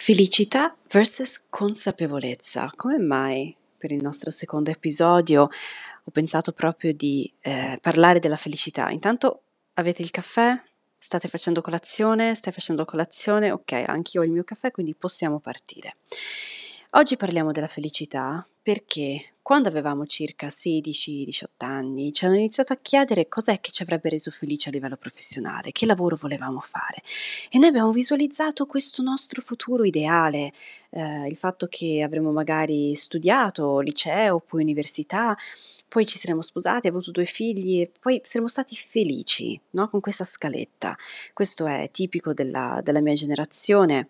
Felicità versus consapevolezza. Come mai per il nostro secondo episodio ho pensato proprio di parlare della felicità? Intanto avete il caffè? State facendo colazione? Stai facendo colazione? Ok, anch'io ho il mio caffè, quindi possiamo partire. Oggi parliamo della felicità perché quando avevamo circa 16-18 anni ci hanno iniziato a chiedere cos'è che ci avrebbe reso felice a livello professionale, che lavoro volevamo fare. E noi abbiamo visualizzato questo nostro futuro ideale, il fatto che avremmo magari studiato liceo, poi università, poi ci saremmo sposati, avuto 2 figli e poi saremmo stati felici, no, con questa scaletta. Questo è tipico della mia generazione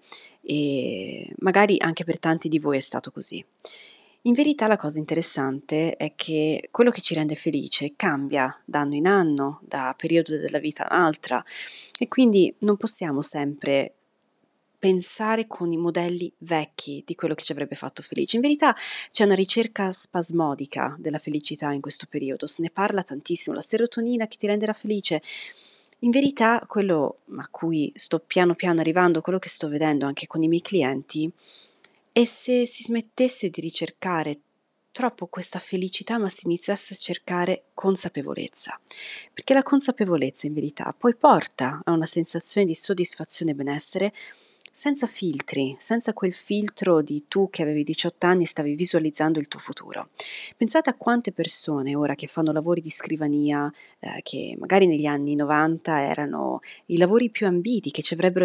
e magari anche per tanti di voi è stato così. In verità la cosa interessante è che quello che ci rende felice cambia d'anno in anno, da periodo della vita a un'altra e quindi non possiamo sempre pensare con i modelli vecchi di quello che ci avrebbe fatto felici. In verità c'è una ricerca spasmodica della felicità in questo periodo, se ne parla tantissimo, la serotonina che ti renderà felice. In verità quello a cui sto piano piano arrivando, quello che sto vedendo anche con i miei clienti, è se si smettesse di ricercare troppo questa felicità, ma si iniziasse a cercare consapevolezza. Perché la consapevolezza in verità poi porta a una sensazione di soddisfazione e benessere senza filtri, senza quel filtro di tu che avevi 18 anni e stavi visualizzando il tuo futuro. Pensate a quante persone ora che fanno lavori di scrivania, che magari negli anni 90 erano i lavori più ambiti, che ci avrebbero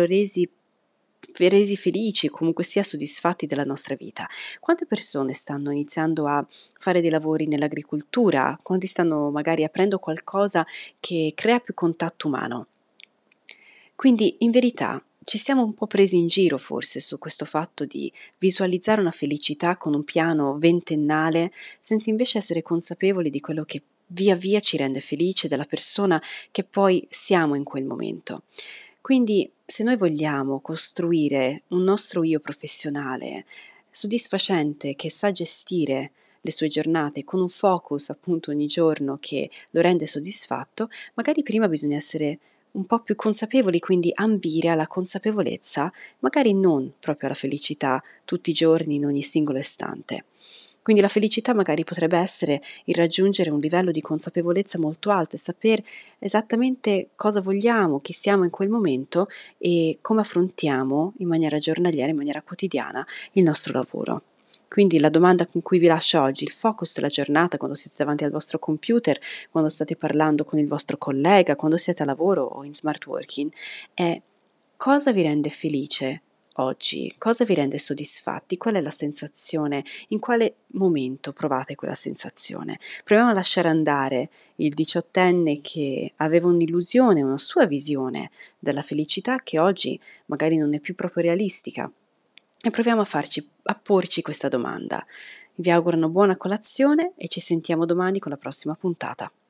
resi felici, comunque sia soddisfatti della nostra vita. Quante persone stanno iniziando a fare dei lavori nell'agricoltura, quanti stanno magari aprendo qualcosa che crea più contatto umano. Quindi in verità ci siamo un po' presi in giro forse su questo fatto di visualizzare una felicità con un piano ventennale senza invece essere consapevoli di quello che via via ci rende felice, della persona che poi siamo in quel momento. Quindi se noi vogliamo costruire un nostro io professionale soddisfacente che sa gestire le sue giornate con un focus appunto ogni giorno che lo rende soddisfatto, magari prima bisogna essere un po' più consapevoli, quindi ambire alla consapevolezza, magari non proprio alla felicità tutti i giorni in ogni singolo istante. Quindi la felicità magari potrebbe essere il raggiungere un livello di consapevolezza molto alto e saper esattamente cosa vogliamo, chi siamo in quel momento e come affrontiamo in maniera giornaliera, in maniera quotidiana il nostro lavoro. Quindi la domanda con cui vi lascio oggi, il focus della giornata quando siete davanti al vostro computer, quando state parlando con il vostro collega, quando siete a lavoro o in smart working, è cosa vi rende felice oggi, cosa vi rende soddisfatti, qual è la sensazione, in quale momento provate quella sensazione. Proviamo a lasciare andare il diciottenne che aveva un'illusione, una sua visione della felicità che oggi magari non è più proprio realistica. E proviamo a porci questa domanda. Vi auguro una buona colazione e ci sentiamo domani con la prossima puntata.